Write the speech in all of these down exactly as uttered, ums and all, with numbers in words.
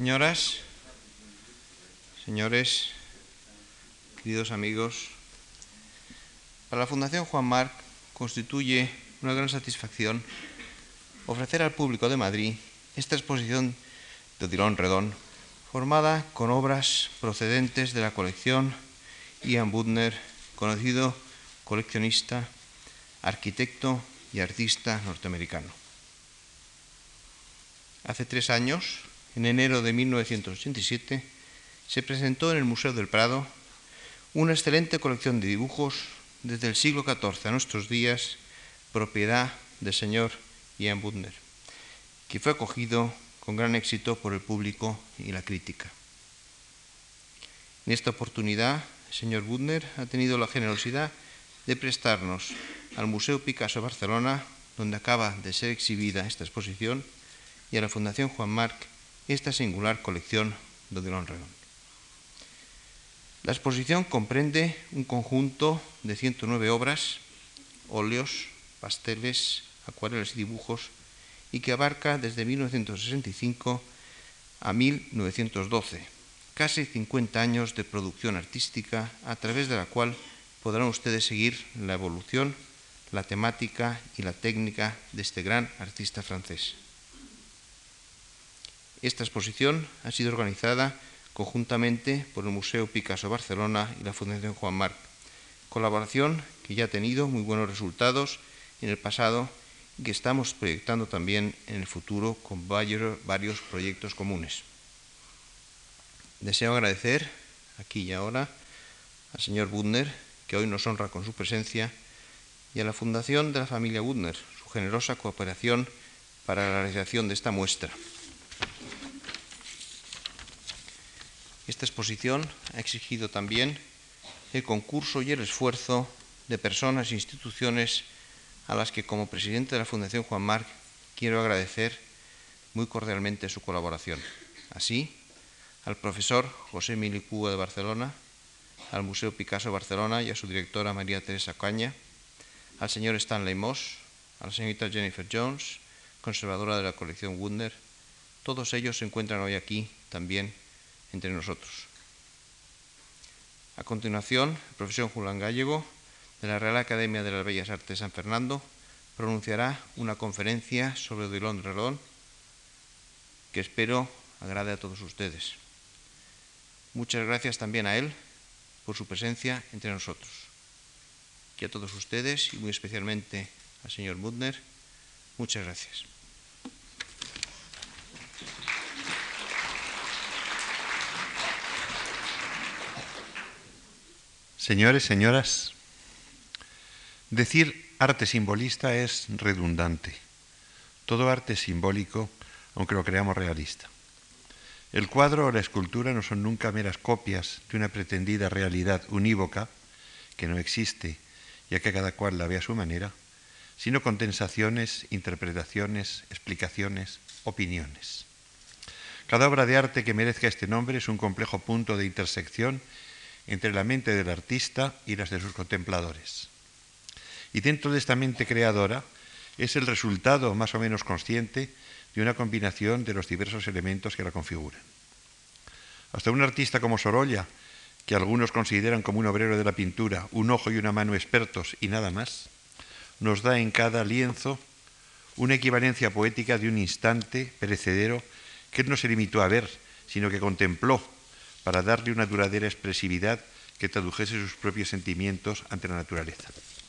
Señoras, señores, queridos amigos, para la Fundación Juan Marc constituye una gran satisfacción ofrecer al público de Madrid esta exposición de Odilon Redon, formada con obras procedentes de la colección Ian Budner, conocido coleccionista, arquitecto y artista norteamericano. Hace tres años, en enero de mil novecientos ochenta y siete, se presentó en el Museo del Prado una excelente colección de dibujos desde el siglo catorce a nuestros días, propiedad del señor Ian Budner, que fue acogido con gran éxito por el público y la crítica. En esta oportunidad, el señor Budner ha tenido la generosidad de prestarnos al Museo Picasso Barcelona, donde acaba de ser exhibida esta exposición, y a la Fundación Juan Marc esta singular colección de Odilon Redon. La exposición comprende un conjunto de ciento nueve obras, óleos, pasteles, acuarelas y dibujos, y que abarca desde mil novecientos sesenta y cinco a mil novecientos doce, casi cincuenta años de producción artística, a través de la cual podrán ustedes seguir la evolución, la temática y la técnica de este gran artista francés. Esta exposición ha sido organizada conjuntamente por el Museo Picasso Barcelona y la Fundación Juan Marc, colaboración que ya ha tenido muy buenos resultados en el pasado y que estamos proyectando también en el futuro con varios proyectos comunes. Deseo agradecer aquí y ahora al señor Budner, que hoy nos honra con su presencia, y a la Fundación de la familia Budner, su generosa cooperación para la realización de esta muestra. Esta exposición ha exigido también el concurso y el esfuerzo de personas e instituciones a las que, como presidente de la Fundación Juan Marc, quiero agradecer muy cordialmente su colaboración. Así, al profesor José Milicúa de Barcelona, al Museo Picasso Barcelona y a su directora María Teresa Caña, al señor Stanley Moss, a la señorita Jennifer Jones, conservadora de la colección Budner. Todos ellos se encuentran hoy aquí también entre nosotros. A continuación, el profesor Julián Gallego, de la Real Academia de las Bellas Artes de San Fernando, pronunciará una conferencia sobre Odilon Redon que espero agrade a todos ustedes. Muchas gracias también a él por su presencia entre nosotros. Y a todos ustedes, y muy especialmente al señor Budner, muchas gracias. Señores, señoras, decir arte simbolista es redundante. Todo arte es simbólico, aunque lo creamos realista. El cuadro o la escultura no son nunca meras copias de una pretendida realidad unívoca, que no existe, ya que cada cual la ve a su manera, sino condensaciones, interpretaciones, explicaciones, opiniones. Cada obra de arte que merezca este nombre es un complejo punto de intersección entre la mente del artista y las de sus contempladores. Y dentro de esta mente creadora es el resultado más o menos consciente de una combinación de los diversos elementos que la configuran. Hasta un artista como Sorolla, que algunos consideran como un obrero de la pintura, un ojo y una mano expertos y nada más, nos da en cada lienzo una equivalencia poética de un instante perecedero que él no se limitó a ver, sino que contempló, para darle una duradera expresividad que tradujese sus propios sentimientos ante la naturaleza.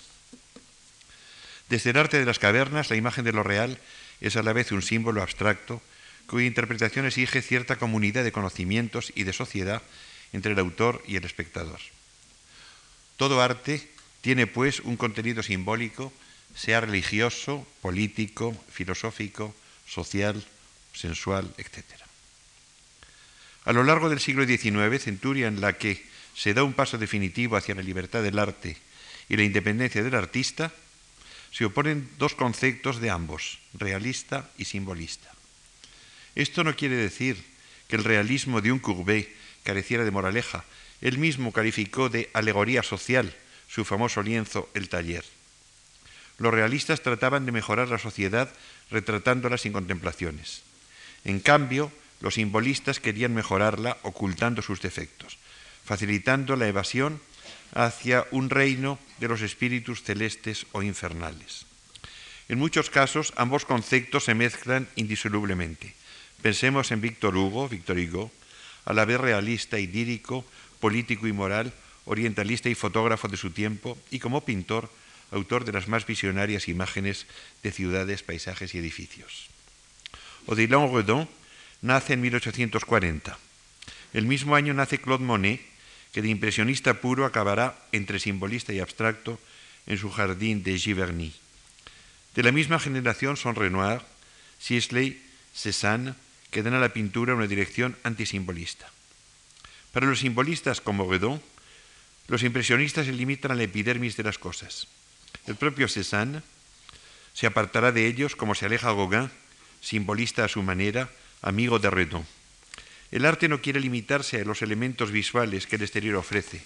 Desde el arte de las cavernas, la imagen de lo real es a la vez un símbolo abstracto cuya interpretación exige cierta comunidad de conocimientos y de sociedad entre el autor y el espectador. Todo arte tiene, pues, un contenido simbólico, sea religioso, político, filosófico, social, sensual, etcétera. A lo largo del siglo diecinueve, centuria en la que se da un paso definitivo hacia la libertad del arte y la independencia del artista, se oponen dos conceptos de ambos, realista y simbolista. Esto no quiere decir que el realismo de un Courbet careciera de moraleja. Él mismo calificó de alegoría social su famoso lienzo El Taller. Los realistas trataban de mejorar la sociedad retratándola sin contemplaciones. En cambio, Los simbolistas querían mejorarla ocultando sus defectos, facilitando la evasión hacia un reino de los espíritus celestes o infernales. En muchos casos, ambos conceptos se mezclan indisolublemente. Pensemos en Víctor Hugo, Víctor Hugo, a la vez realista y lírico, político y moral, orientalista y fotógrafo de su tiempo, y como pintor, autor de las más visionarias imágenes de ciudades, paisajes y edificios. Odilon Redon nace en mil ochocientos cuarenta. El mismo año nace Claude Monet, que de impresionista puro acabará entre simbolista y abstracto en su jardín de Giverny. De la misma generación son Renoir, Sisley, Cézanne, que dan a la pintura una dirección antisimbolista. Para los simbolistas como Redon, los impresionistas se limitan a la epidermis de las cosas. El propio Cézanne se apartará de ellos como se aleja Gauguin, simbolista a su manera, amigo de Redon. El arte no quiere limitarse a los elementos visuales que el exterior ofrece.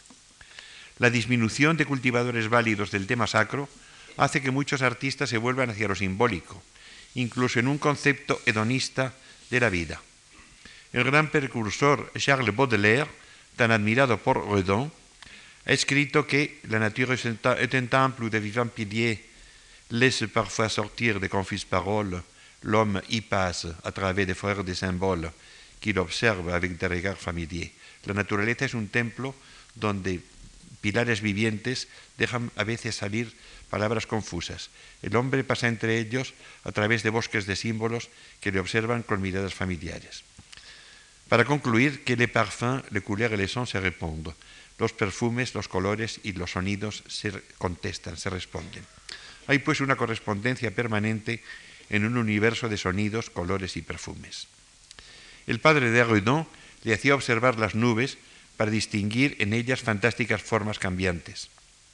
La disminución de cultivadores válidos del tema sacro hace que muchos artistas se vuelvan hacia lo simbólico, incluso en un concepto hedonista de la vida. El gran precursor Charles Baudelaire, tan admirado por Redon, ha escrito que la nature est un temple où de vivants piliers laissent parfois sortir de confuses paroles, l'homme y passe a través de frères de symboles qu'il observe avec des regards familiers. La naturaleza es un templo donde pilares vivientes dejan a veces salir palabras confusas. El hombre pasa entre ellos a través de bosques de símbolos que le observan con miradas familiares. Para concluir, que les parfums, les couleurs et les sons se répondent. Los perfumes, los colores y los sonidos se contestan, se responden. Hay pues una correspondencia permanente en un universo de sonidos, colores y perfumes. El padre de Redon le hacía observar las nubes para distinguir en ellas fantásticas formas cambiantes.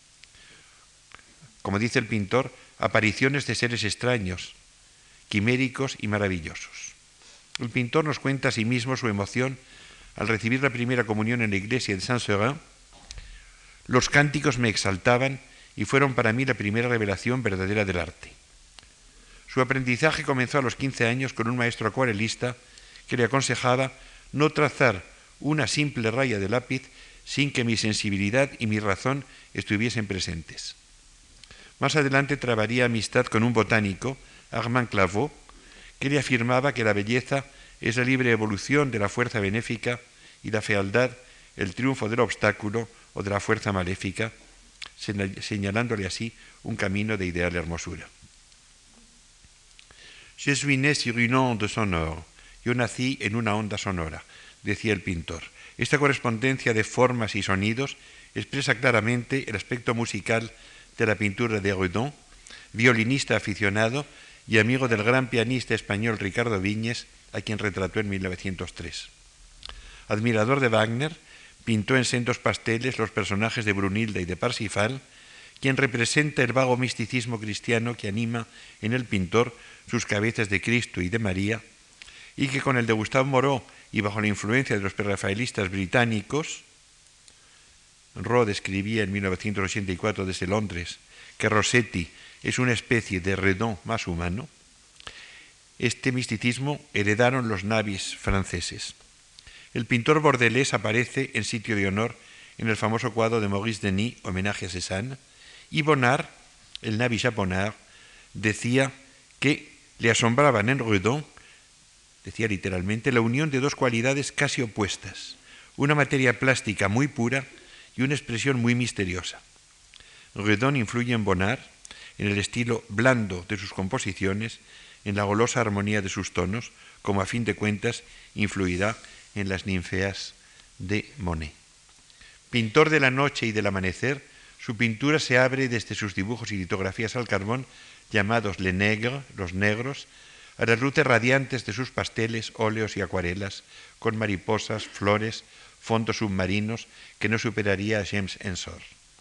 Como dice el pintor, apariciones de seres extraños, quiméricos y maravillosos. El pintor nos cuenta a sí mismo su emoción al recibir la primera comunión en la iglesia de Saint-Seurin. Los cánticos me exaltaban y fueron para mí la primera revelación verdadera del arte. Su aprendizaje comenzó a los quince años con un maestro acuarelista que le aconsejaba no trazar una simple raya de lápiz sin que mi sensibilidad y mi razón estuviesen presentes. Más adelante trabaría amistad con un botánico, Armand Claveau, que le afirmaba que la belleza es la libre evolución de la fuerza benéfica y la fealdad el triunfo del obstáculo o de la fuerza maléfica, señalándole así un camino de ideal hermosura. Je suis né sur une onde sonore. Yo nací en una onda sonora, decía el pintor. Esta correspondencia de formas y sonidos expresa claramente el aspecto musical de la pintura de Redon, violinista aficionado y amigo del gran pianista español Ricardo Viñes, a quien retrató en mil novecientos tres. Admirador de Wagner, pintó en sendos pasteles los personajes de Brunilda y de Parsifal, quien representa el vago misticismo cristiano que anima en el pintor sus cabezas de Cristo y de María, y que con el de Gustave Moreau y bajo la influencia de los prerrafaelistas británicos, Rod escribía en mil novecientos ochenta y cuatro desde Londres que Rossetti es una especie de Redon más humano. Este misticismo heredaron los nabis franceses. El pintor bordelés aparece en sitio de honor en el famoso cuadro de Maurice Denis, Homenaje a Cézanne, y Bonnard, el nabi japonés, decía que le asombraban en Redon, decía literalmente, la unión de dos cualidades casi opuestas, una materia plástica muy pura y una expresión muy misteriosa. Redon influye en Bonnard en el estilo blando de sus composiciones, en la golosa armonía de sus tonos, como a fin de cuentas influirá en las ninfeas de Monet. Pintor de la noche y del amanecer, su pintura se abre desde sus dibujos y litografías al carbón, llamados les nègres, los negros, a las luces radiantes de sus pasteles, óleos y acuarelas, con mariposas, flores, fondos submarinos que no superaría a James Ensor.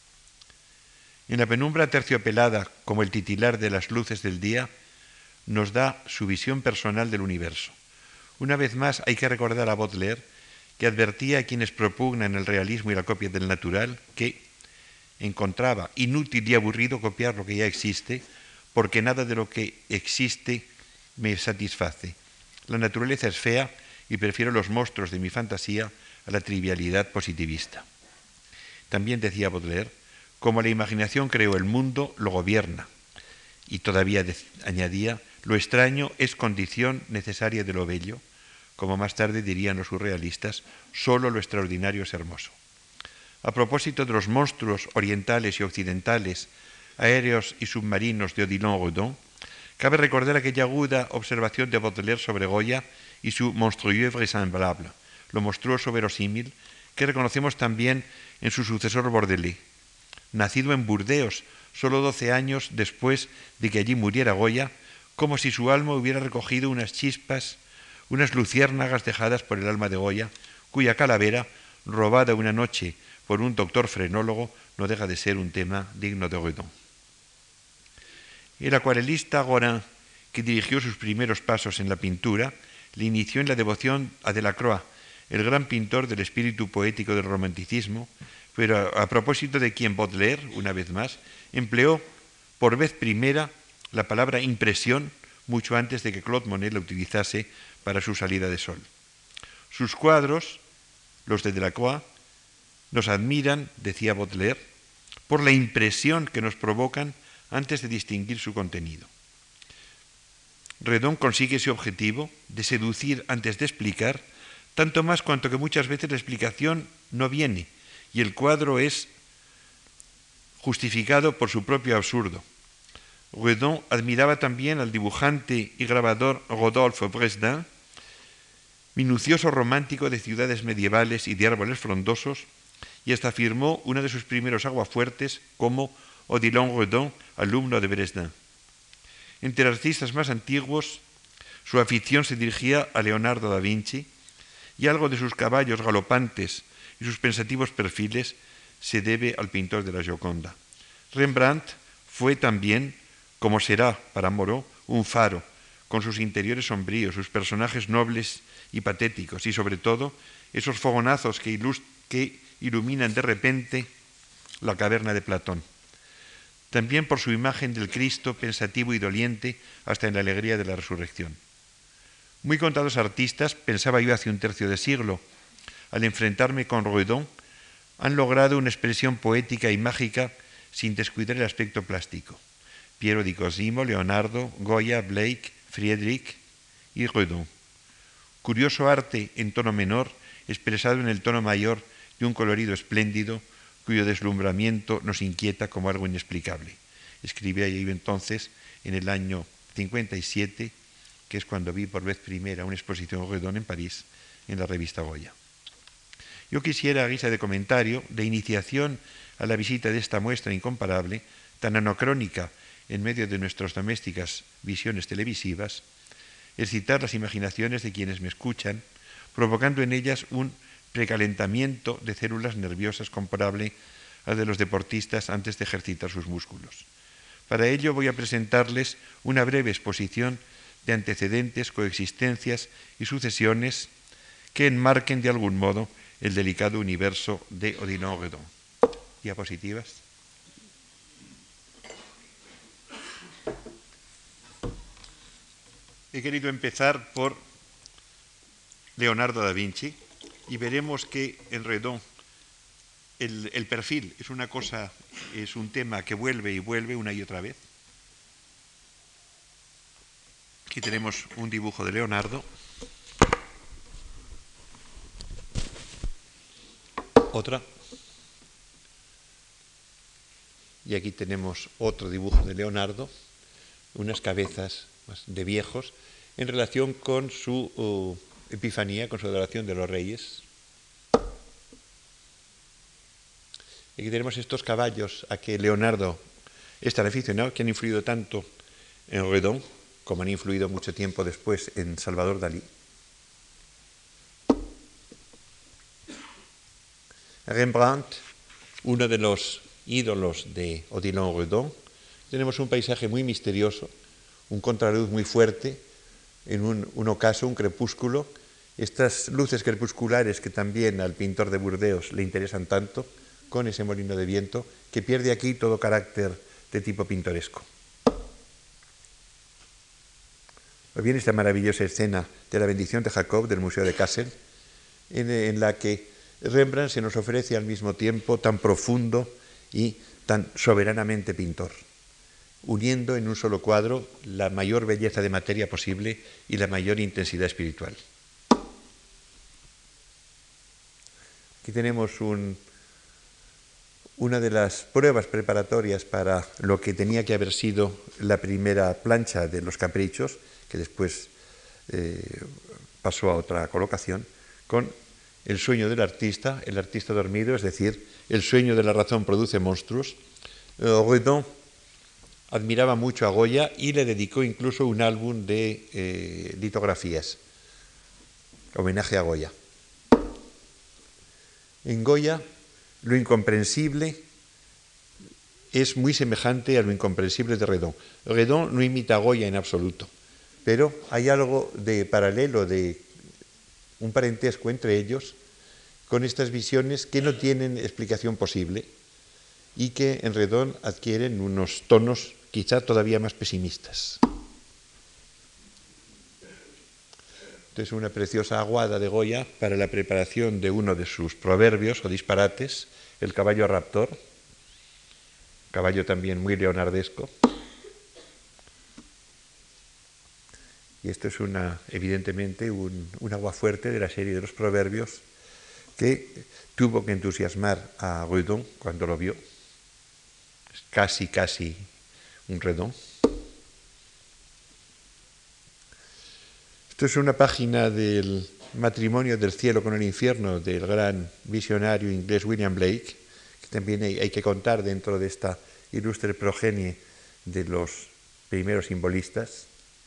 En la penumbra terciopelada, como el titilar de las luces del día, nos da su visión personal del universo. Una vez más hay que recordar a Baudelaire, que advertía a quienes propugnan el realismo y la copia del natural que encontraba inútil y aburrido copiar lo que ya existe, porque nada de lo que existe me satisface. La naturaleza es fea y prefiero los monstruos de mi fantasía a la trivialidad positivista. También decía Baudelaire, como la imaginación creó el mundo, lo gobierna. Y todavía añadía, lo extraño es condición necesaria de lo bello, como más tarde dirían los surrealistas, solo lo extraordinario es hermoso. A propósito de los monstruos orientales y occidentales, aéreos y submarinos de Odilon Redon, cabe recordar aquella aguda observación de Baudelaire sobre Goya y su monstrueux vraisemblable, lo monstruoso verosímil, que reconocemos también en su sucesor Bordelais. Nacido en Burdeos, solo doce años después de que allí muriera Goya, como si su alma hubiera recogido unas chispas, unas luciérnagas dejadas por el alma de Goya, cuya calavera, robada una noche por un doctor frenólogo, no deja de ser un tema digno de Redon. El acuarelista Gorin, que dirigió sus primeros pasos en la pintura, le inició en la devoción a Delacroix, el gran pintor del espíritu poético del romanticismo, pero a, a propósito de quien Baudelaire, una vez más, empleó por vez primera la palabra impresión mucho antes de que Claude Monet la utilizase para su salida de sol. Sus cuadros, los de Delacroix, nos admiran, decía Baudelaire, por la impresión que nos provocan antes de distinguir su contenido. Redon consigue ese objetivo de seducir antes de explicar, tanto más cuanto que muchas veces la explicación no viene y el cuadro es justificado por su propio absurdo. Redon admiraba también al dibujante y grabador Rodolphe Bresdin, minucioso romántico de ciudades medievales y de árboles frondosos, y hasta firmó uno de sus primeros aguafuertes como Odilon Redon, alumno de Bresdin. Entre artistas más antiguos, su afición se dirigía a Leonardo da Vinci, y algo de sus caballos galopantes y sus pensativos perfiles se debe al pintor de la Gioconda. Rembrandt fue también, como será para Moreau, un faro, con sus interiores sombríos, sus personajes nobles y patéticos, y sobre todo esos fogonazos que, que iluminan de repente la caverna de Platón. También por su imagen del Cristo pensativo y doliente hasta en la alegría de la resurrección. Muy contados artistas, pensaba yo hace un tercio de siglo, al enfrentarme con Redon, han logrado una expresión poética y mágica sin descuidar el aspecto plástico. Piero di Cosimo, Leonardo, Goya, Blake, Friedrich y Redon. Curioso arte en tono menor, expresado en el tono mayor de un colorido espléndido, cuyo deslumbramiento nos inquieta como algo inexplicable. Escribía yo entonces, en el año cincuenta y siete, que es cuando vi por vez primera una exposición Redon en París, en la revista Goya. Yo quisiera, a guisa de comentario, de iniciación a la visita de esta muestra incomparable, tan anacrónica en medio de nuestras domésticas visiones televisivas, excitar las imaginaciones de quienes me escuchan, provocando en ellas un precalentamiento de células nerviosas comparable al de los deportistas antes de ejercitar sus músculos. Para ello voy a presentarles una breve exposición de antecedentes, coexistencias y sucesiones que enmarquen de algún modo el delicado universo de Odilon Redon. Diapositivas. He querido empezar por Leonardo da Vinci y veremos que en Redon el, el perfil es una cosa, es un tema que vuelve y vuelve una y otra vez. Aquí tenemos un dibujo de Leonardo. Otra. Y aquí tenemos otro dibujo de Leonardo, unas cabezas de viejos, en relación con su uh, Epifanía, con su adoración de los reyes. Aquí tenemos estos caballos a que Leonardo es tan aficionado, que han influido tanto en Redon, como han influido mucho tiempo después en Salvador Dalí. Rembrandt, uno de los ídolos de Odilon Redon. Tenemos un paisaje muy misterioso, un contraluz muy fuerte, en un, un ocaso, un crepúsculo, estas luces crepusculares que también al pintor de Burdeos le interesan tanto, con ese molino de viento, que pierde aquí todo carácter de tipo pintoresco. o bien esta maravillosa escena de la bendición de Jacob del Museo de Kassel, en, en la que Rembrandt se nos ofrece al mismo tiempo tan profundo y tan soberanamente pintor, uniendo en un solo cuadro la mayor belleza de materia posible y la mayor intensidad espiritual. Aquí tenemos un, una de las pruebas preparatorias para lo que tenía que haber sido la primera plancha de los Caprichos, que después eh, pasó a otra colocación, con el sueño del artista, el artista dormido, es decir, el sueño de la razón produce monstruos. Eh, Redon admiraba mucho a Goya y le dedicó incluso un álbum de eh, litografías, homenaje a Goya. En Goya, lo incomprensible es muy semejante a lo incomprensible de Redon. Redon no imita a Goya en absoluto, pero hay algo de paralelo, de un parentesco entre ellos, con estas visiones que no tienen explicación posible y que en Redon adquieren unos tonos quizá todavía más pesimistas. Entonces, una preciosa aguada de Goya para la preparación de uno de sus proverbios o disparates, el caballo raptor, caballo también muy leonardesco. Y esto es una, evidentemente un, un aguafuerte de la serie de los proverbios que tuvo que entusiasmar a Redon cuando lo vio. Es casi, casi un Redon. Esto es una página del Matrimonio del cielo con el infierno del gran visionario inglés William Blake, que también hay, hay que contar dentro de esta ilustre progenie de los primeros simbolistas.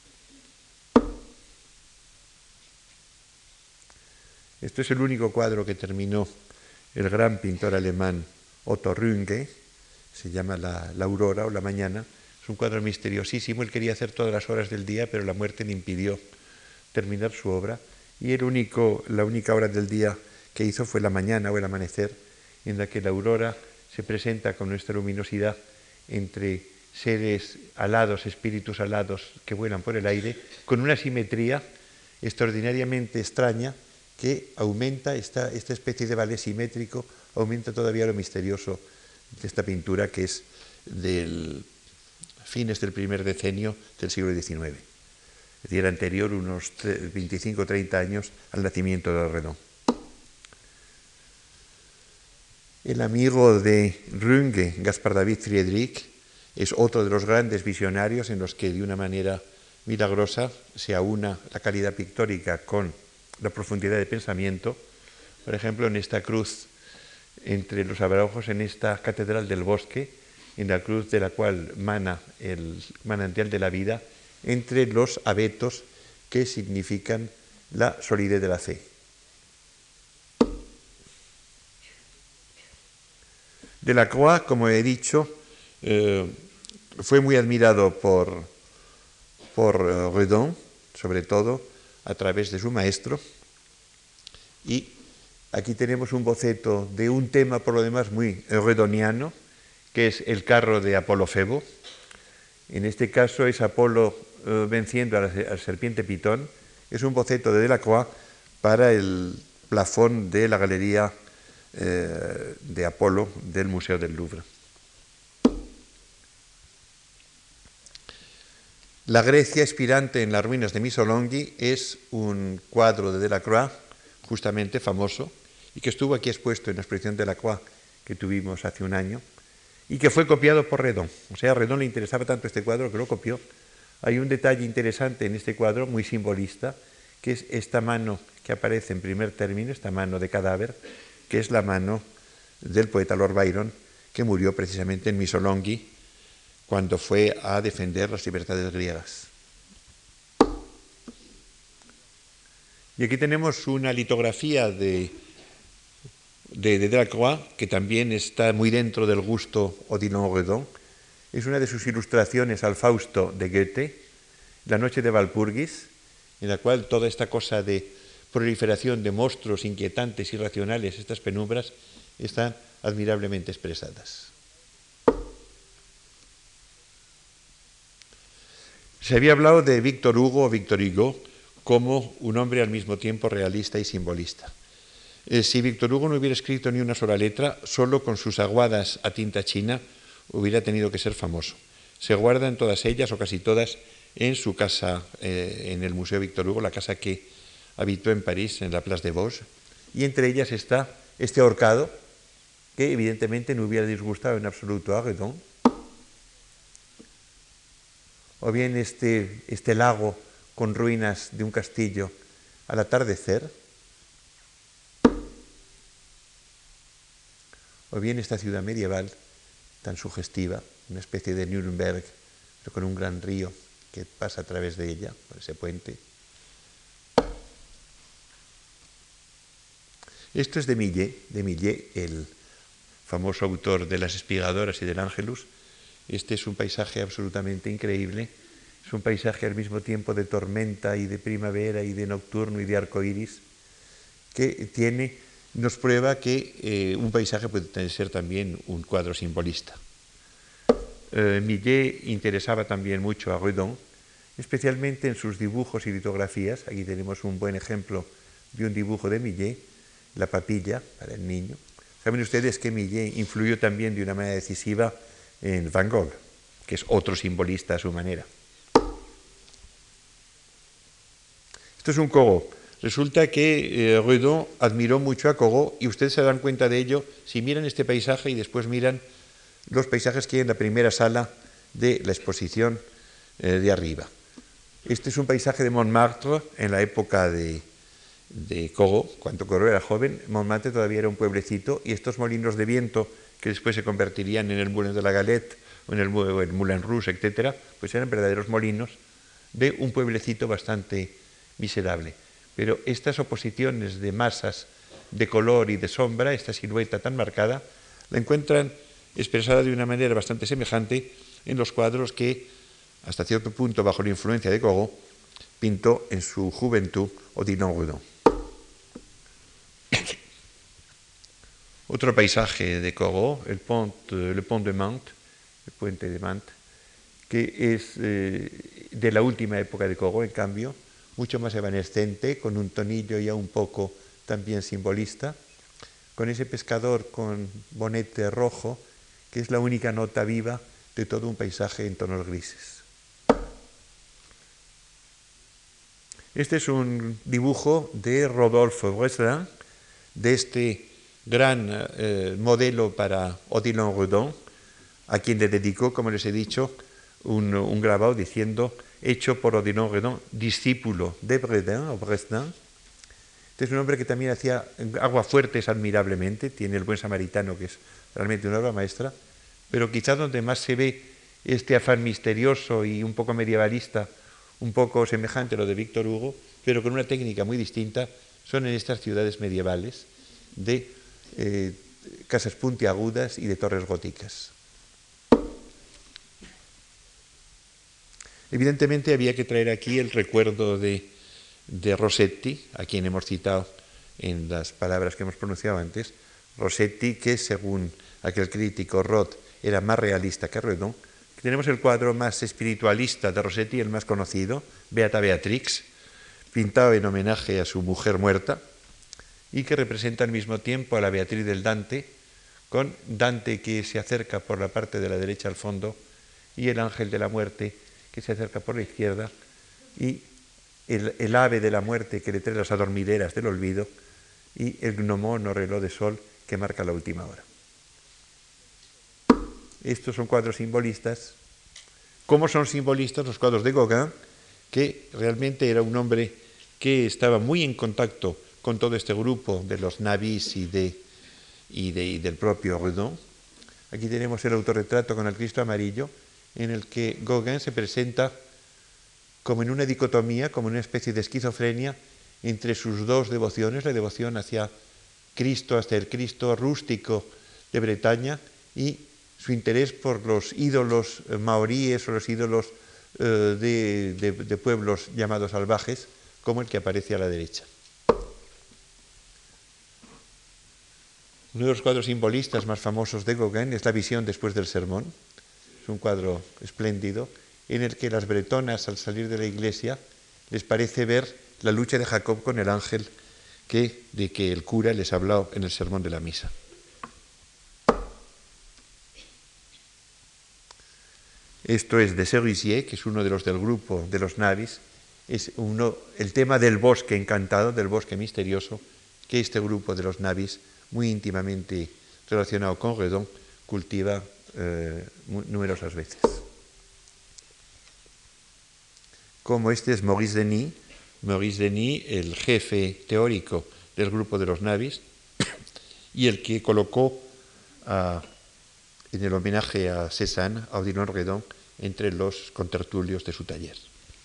Este es el único cuadro que terminó el gran pintor alemán Otto Runge, se llama la, la aurora o la mañana. Es un cuadro misteriosísimo, él quería hacer todas las horas del día, pero la muerte le impidió terminar su obra, y el único, la única hora del día que hizo fue la mañana o el amanecer, en la que la aurora se presenta con nuestra luminosidad entre seres alados, espíritus alados que vuelan por el aire, con una simetría extraordinariamente extraña que aumenta esta, esta especie de ballet simétrico, aumenta todavía lo misterioso de esta pintura que es del fines del primer decenio del siglo diecinueve. Es decir, anterior unos veinticinco o treinta años al nacimiento de Redon. El amigo de Runge, Gaspar David Friedrich, es otro de los grandes visionarios en los que de una manera milagrosa se aúna la calidad pictórica con la profundidad de pensamiento. Por ejemplo, en esta cruz entre los abrojos, en esta catedral del bosque, en la cruz de la cual mana el manantial de la vida, entre los abetos que significan la solidez de la fe. Delacroix, como he dicho, eh, fue muy admirado por, por uh, Redon, sobre todo a través de su maestro, y aquí tenemos un boceto de un tema por lo demás muy redoniano, que es el carro de Apolo Febo. En este caso es Apolo eh, venciendo a la, a la serpiente Pitón. Es un boceto de Delacroix para el plafón de la galería eh, de Apolo del Museo del Louvre. La Grecia expirante en las ruinas de Missolonghi es un cuadro de Delacroix, justamente famoso, y que estuvo aquí expuesto en la exposición de Delacroix que tuvimos hace un año, y que fue copiado por Redon. O sea, a Redon le interesaba tanto este cuadro que lo copió. Hay un detalle interesante en este cuadro, muy simbolista, que es esta mano que aparece en primer término, esta mano de cadáver, que es la mano del poeta Lord Byron, que murió precisamente en Missolonghi cuando fue a defender las libertades griegas. Y aquí tenemos una litografía de de, de Delacroix, que también está muy dentro del gusto Odilon-Redon. Es una de sus ilustraciones al Fausto de Goethe, La noche de Walpurgis, en la cual toda esta cosa de proliferación de monstruos inquietantes, irracionales, estas penumbras, están admirablemente expresadas. Se había hablado de Víctor Hugo o Víctor Hugo como un hombre al mismo tiempo realista y simbolista. Eh, si Víctor Hugo no hubiera escrito ni una sola letra, solo con sus aguadas a tinta china hubiera tenido que ser famoso. Se guardan todas ellas, o casi todas, en su casa, eh, en el Museo Víctor Hugo, la casa que habitó en París, en la Place de Vosges, y entre ellas está este ahorcado, que evidentemente no hubiera disgustado en absoluto a Redon, o bien este, este lago con ruinas de un castillo al atardecer, o bien esta ciudad medieval tan sugestiva, una especie de Nuremberg, pero con un gran río que pasa a través de ella, por ese puente. Esto es de Millet, de Millet, el famoso autor de Las Espigadoras y del Ángelus. Este es un paisaje absolutamente increíble. Es un paisaje al mismo tiempo de tormenta y de primavera y de nocturno y de arco iris, que tiene, nos prueba que eh, un paisaje puede ser también un cuadro simbolista. Eh, Millet interesaba también mucho a Redon, especialmente en sus dibujos y litografías. Aquí tenemos un buen ejemplo de un dibujo de Millet, la papilla para el niño. Saben ustedes que Millet influyó también de una manera decisiva en Van Gogh, que es otro simbolista a su manera. Esto es un Corot. Resulta que eh, Redon admiró mucho a Corot, y ustedes se dan cuenta de ello si miran este paisaje y después miran los paisajes que hay en la primera sala de la exposición eh, de arriba. Este es un paisaje de Montmartre en la época de, de Corot, cuando Corot era joven. Montmartre todavía era un pueblecito, y estos molinos de viento, que después se convertirían en el Moulin de la Galette o en el, o el Moulin Rouge, etcétera, pues eran verdaderos molinos de un pueblecito bastante miserable. Pero estas oposiciones de masas de color y de sombra, esta silueta tan marcada, la encuentran expresada de una manera bastante semejante en los cuadros que, hasta cierto punto bajo la influencia de Corot, pintó en su juventud Odilon Redon. Otro paisaje de Corot, el pont, le pont de Mantes, el puente de Mantes, que es eh, de la última época de Corot, en cambio, mucho más evanescente, con un tonillo ya un poco también simbolista, con ese pescador con bonete rojo, que es la única nota viva de todo un paisaje en tonos grises. Este es un dibujo de Rodolphe Bresson, de este gran eh, modelo para Odilon Redon, a quien le dedicó, como les he dicho, un, un grabado diciendo: hecho por Odilon Redon, discípulo de Bredin o Bresson. Este es un hombre que también hacía aguafuertes admirablemente, tiene El buen samaritano, que es realmente una obra maestra, pero quizás donde más se ve este afán misterioso y un poco medievalista, un poco semejante a lo de Víctor Hugo, pero con una técnica muy distinta, son en estas ciudades medievales de eh, casas puntiagudas y de torres góticas. Evidentemente había que traer aquí el recuerdo de, de Rossetti, a quien hemos citado en las palabras que hemos pronunciado antes. Rossetti, que según aquel crítico Roth era más realista que Redon. Tenemos el cuadro más espiritualista de Rossetti, el más conocido, Beata Beatrix, pintado en homenaje a su mujer muerta, y que representa al mismo tiempo a la Beatriz del Dante, con Dante que se acerca por la parte de la derecha al fondo, y el ángel de la muerte que se acerca por la izquierda, y el, el ave de la muerte que le trae las adormideras del olvido, y el gnomón o reloj de sol que marca la última hora. Estos son cuadros simbolistas. ¿Cómo son simbolistas los cuadros de Gauguin? Que realmente era un hombre que estaba muy en contacto con todo este grupo de los nabis y, de, y, de, y del propio Redon. Aquí tenemos el autorretrato con el Cristo amarillo, en el que Gauguin se presenta como en una dicotomía, como en una especie de esquizofrenia entre sus dos devociones, la devoción hacia Cristo, hacia el Cristo rústico de Bretaña, y su interés por los ídolos maoríes o los ídolos eh, de, de, de pueblos llamados salvajes, como el que aparece a la derecha. Uno de los cuadros simbolistas más famosos de Gauguin es La visión después del sermón. Es un cuadro espléndido en el que las bretonas, al salir de la iglesia, les parece ver la lucha de Jacob con el ángel que, de que el cura les habló en el sermón de la misa. Esto es de Sérusier, que es uno de los del grupo de los Navis. Es uno, el tema del bosque encantado, del bosque misterioso, que este grupo de los Navis, muy íntimamente relacionado con Redon, cultiva eh, numerosas veces. Como este es Maurice Denis, Maurice Denis, el jefe teórico del grupo de los Navis, y el que colocó a, en el homenaje a Cézanne, a Odilon Redon, entre los contertulios de su taller.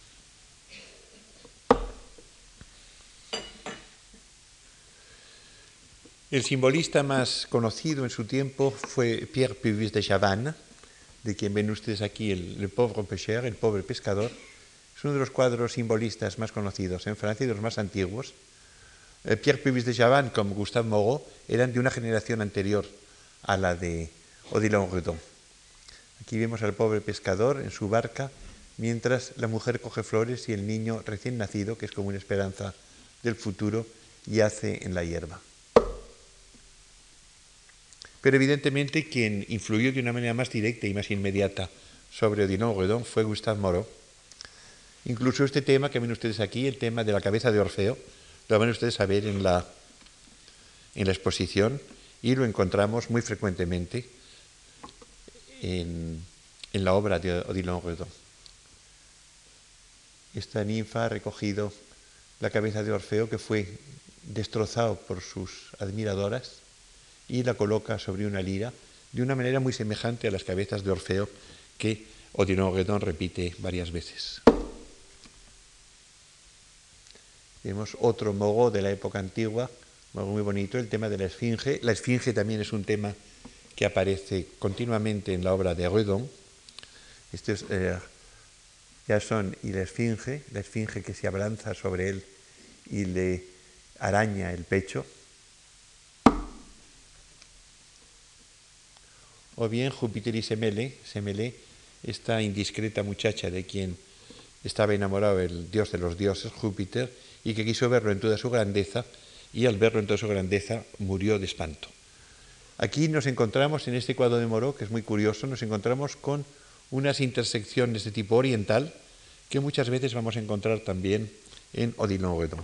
El simbolista más conocido en su tiempo fue Pierre Puvis de Chavannes, de quien ven ustedes aquí el, el pauvre pêcheur, el pobre pescador. Es uno de los cuadros simbolistas más conocidos en Francia y de los más antiguos. Eh, Pierre Puvis de Chavannes, como Gustave Moreau, eran de una generación anterior a la de Odilon Redon. Aquí vemos al pobre pescador en su barca, mientras la mujer coge flores y el niño recién nacido, que es como una esperanza del futuro, yace en la hierba. Pero evidentemente quien influyó de una manera más directa y más inmediata sobre Odilon Redon fue Gustave Moreau. Incluso este tema que ven ustedes aquí, el tema de la cabeza de Orfeo, lo van ustedes a ver en la, en la exposición y lo encontramos muy frecuentemente en, en la obra de Odilon Redon. Esta ninfa ha recogido la cabeza de Orfeo, que fue destrozado por sus admiradoras, y la coloca sobre una lira de una manera muy semejante a las cabezas de Orfeo que Odilon Redon repite varias veces. Vemos otro mogo de la época antigua, mogo muy bonito, el tema de la esfinge. La esfinge también es un tema que aparece continuamente en la obra de Redon. Este es eh, Jasón y la esfinge, la esfinge que se abalanza sobre él y le araña el pecho. O bien Júpiter y Semele, Semele, esta indiscreta muchacha de quien estaba enamorado el dios de los dioses, Júpiter, y que quiso verlo en toda su grandeza, y al verlo en toda su grandeza murió de espanto. Aquí nos encontramos, en este cuadro de Moreau, que es muy curioso, nos encontramos con unas intersecciones de tipo oriental que muchas veces vamos a encontrar también en Odilon Redon.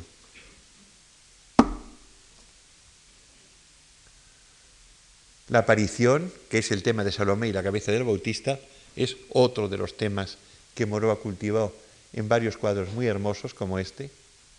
La aparición, que es el tema de Salomé y la cabeza del Bautista, es otro de los temas que Moreau ha cultivado en varios cuadros muy hermosos como este.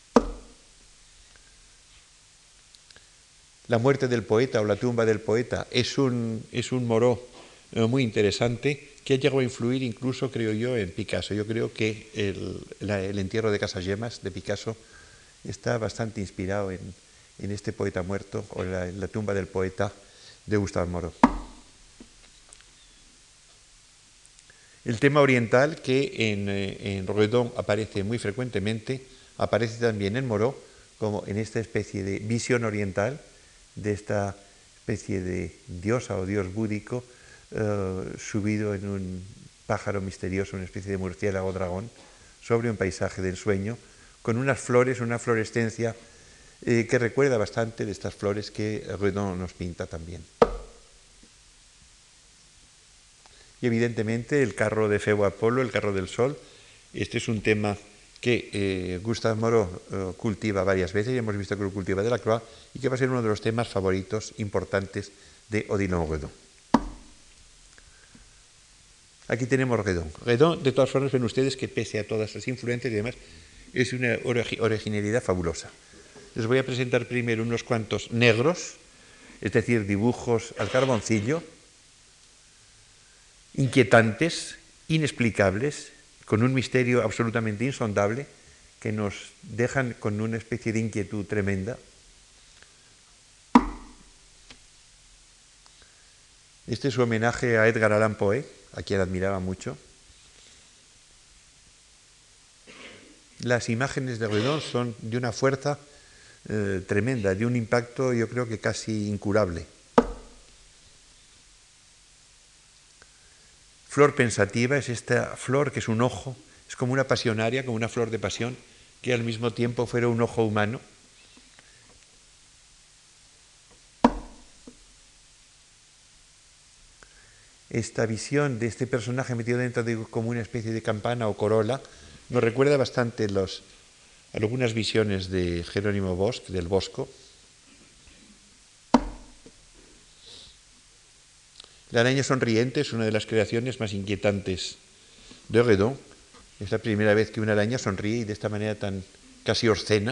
La muerte del poeta o la tumba del poeta es un, es un Moreau eh, muy interesante que ha llegado a influir incluso, creo yo, en Picasso. Yo creo que el, la, el entierro de Casagemas de Picasso está bastante inspirado en, en este poeta muerto o la, la tumba del poeta de Gustave Moreau. El tema oriental, que en, en Redon aparece muy frecuentemente, aparece también en Moreau, como en esta especie de visión oriental, de esta especie de diosa o dios búdico, eh, subido en un pájaro misterioso, una especie de murciélago dragón, sobre un paisaje de ensueño, con unas flores, una florescencia eh, que recuerda bastante de estas flores que Redon nos pinta también. Y evidentemente el carro de Febo Apolo, el carro del sol, este es un tema que eh, Gustave Moreau eh, cultiva varias veces, y hemos visto que lo cultiva Delacroix, y que va a ser uno de los temas favoritos importantes de Odilon Redon. Aquí tenemos Redon. Redon, de todas formas, ven ustedes que pese a todas las influencias y demás, es una originalidad fabulosa. Les voy a presentar primero unos cuantos negros, es decir, dibujos al carboncillo, inquietantes, inexplicables, con un misterio absolutamente insondable, que nos dejan con una especie de inquietud tremenda. Este es su homenaje a Edgar Allan Poe, a quien admiraba mucho. Las imágenes de Redon son de una fuerza eh, tremenda, de un impacto yo creo que casi incurable. flor pensativa es esta flor que es un ojo, es como una pasionaria, como una flor de pasión, que al mismo tiempo fuera un ojo humano. Esta visión de este personaje metido dentro de como una especie de campana o corola nos recuerda bastante los, algunas visiones de Jerónimo Bosch, del Bosco. La araña sonriente es una de las creaciones más inquietantes de Redon. Es la primera vez que una araña sonríe y de esta manera tan casi obscena.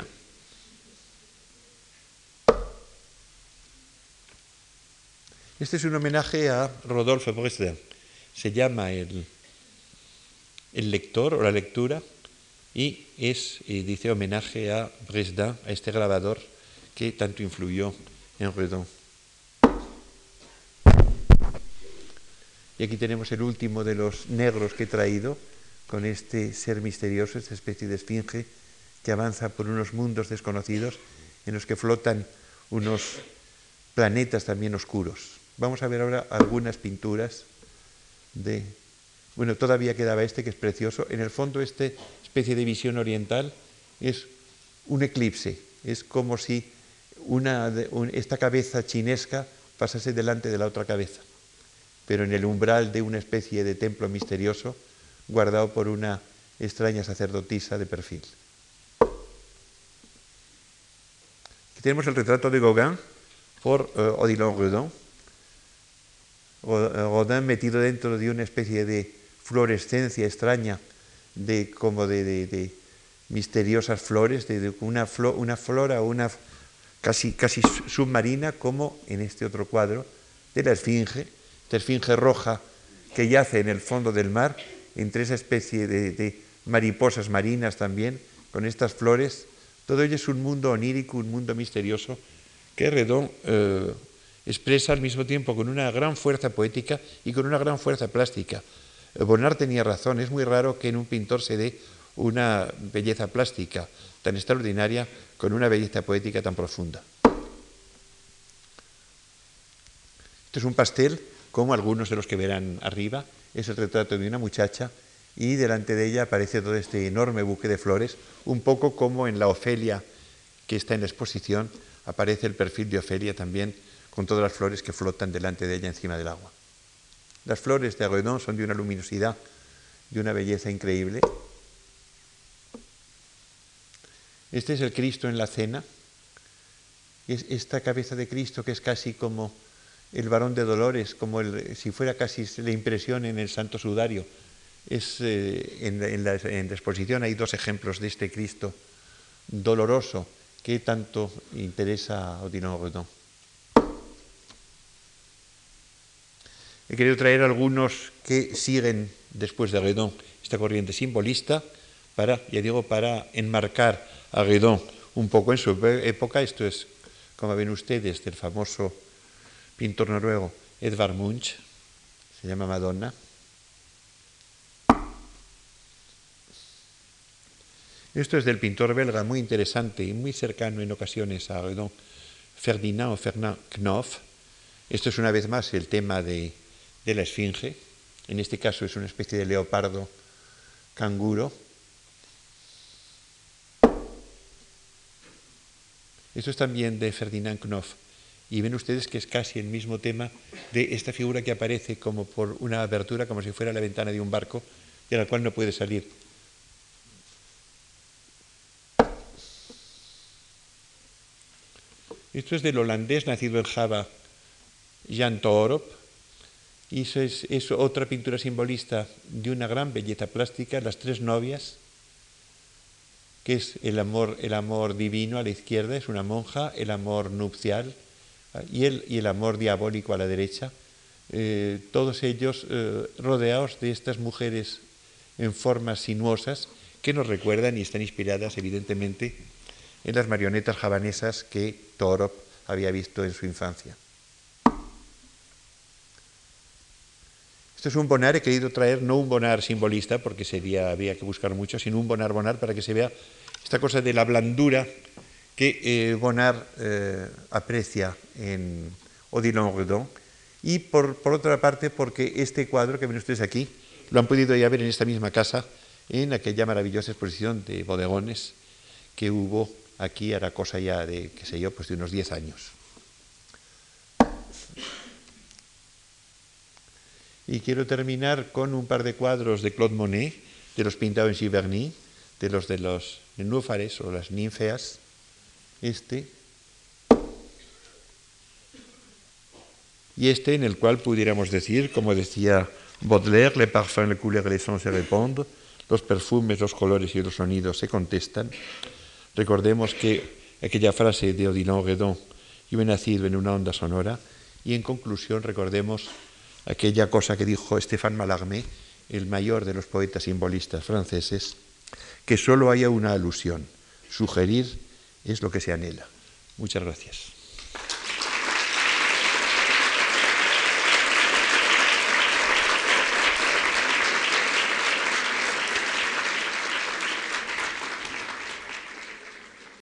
Este es un homenaje a Rodolphe Bresdin. Se llama el, el lector o la lectura y es, y dice, homenaje a Bresdin, a este grabador que tanto influyó en Redon. Y aquí tenemos el último de los negros que he traído, con este ser misterioso, esta especie de esfinge que avanza por unos mundos desconocidos en los que flotan unos planetas también oscuros. Vamos a ver ahora algunas pinturas de... Bueno, todavía quedaba este que es precioso. En el fondo, esta especie de visión oriental es un eclipse. Es como si una, un, esta cabeza chinesca pasase delante de la otra cabeza, pero en el umbral de una especie de templo misterioso guardado por una extraña sacerdotisa de perfil. Aquí tenemos el retrato de Gauguin por uh, Odilon Redon. Rodin metido dentro de una especie de fluorescencia extraña, de, como de, de, de misteriosas flores, de, de una, flo, una flora una casi, casi submarina, como en este otro cuadro de la esfinge, esta esfinge roja que yace en el fondo del mar, entre esa especie de, de mariposas marinas también, con estas flores. Todo ello es un mundo onírico, un mundo misterioso, que Redon eh, expresa al mismo tiempo con una gran fuerza poética y con una gran fuerza plástica. Bonnard tenía razón, es muy raro que en un pintor se dé una belleza plástica tan extraordinaria con una belleza poética tan profunda. Este es un pastel, como algunos de los que verán arriba, es el retrato de una muchacha y delante de ella aparece todo este enorme buque de flores, un poco como en la Ofelia que está en la exposición, aparece el perfil de Ofelia también, con todas las flores que flotan delante de ella encima del agua. Las flores de Redon son de una luminosidad, de una belleza increíble. Este es el Cristo en la cena. Es esta cabeza de Cristo que es casi como el varón de dolores, como el, si fuera casi la impresión en el Santo Sudario. Es, eh, en, en, la, en la exposición hay dos ejemplos de este Cristo doloroso que tanto interesa a Odilon Redon. He querido traer algunos que siguen después de Redon esta corriente simbolista para, ya digo, para enmarcar a Redon un poco en su época. Esto es, como ven ustedes, del famoso pintor noruego Edvard Munch, se llama Madonna. Esto es del pintor belga, muy interesante y muy cercano en ocasiones a Redon, Ferdinand o Fernand Knoff. Esto es una vez más el tema de, de la esfinge, en este caso es una especie de leopardo canguro. Esto es también de Ferdinand Knoff. Y ven ustedes que es casi el mismo tema de esta figura que aparece como por una abertura, como si fuera la ventana de un barco, de la cual no puede salir. Esto es del holandés nacido en Java, Jan Toorop, y eso es, es otra pintura simbolista de una gran belleza plástica, Las tres novias, que es el amor, el amor divino a la izquierda, es una monja, el amor nupcial, y el, y el amor diabólico a la derecha, eh, todos ellos eh, rodeados de estas mujeres en formas sinuosas que nos recuerdan y están inspiradas evidentemente en las marionetas javanesas que Toorop había visto en su infancia. Esto es un Bonnard, he querido traer no un Bonnard simbolista porque sería, habría que buscar mucho, sino un Bonnard Bonnard para que se vea esta cosa de la blandura que eh, Bonnard eh, aprecia en Odilon Redon y por, por otra parte porque este cuadro que ven ustedes aquí lo han podido ya ver en esta misma casa, en aquella maravillosa exposición de bodegones que hubo aquí, a la cosa ya de, qué sé yo, pues de unos diez años. Y quiero terminar con un par de cuadros de Claude Monet, de los pintados en Giverny, de los de los nenúfares o las ninfeas. Este. Y este en el cual pudiéramos decir, como decía Baudelaire, les parfums, les couleurs et les sons se répondent, los perfumes, los colores y los sonidos se contestan. Recordemos que aquella frase de Odilon Redon, yo he nacido en una onda sonora, y en conclusión recordemos aquella cosa que dijo Stéphane Mallarmé, el mayor de los poetas simbolistas franceses, que solo haya una alusión, sugerir es lo que se anhela. Muchas gracias.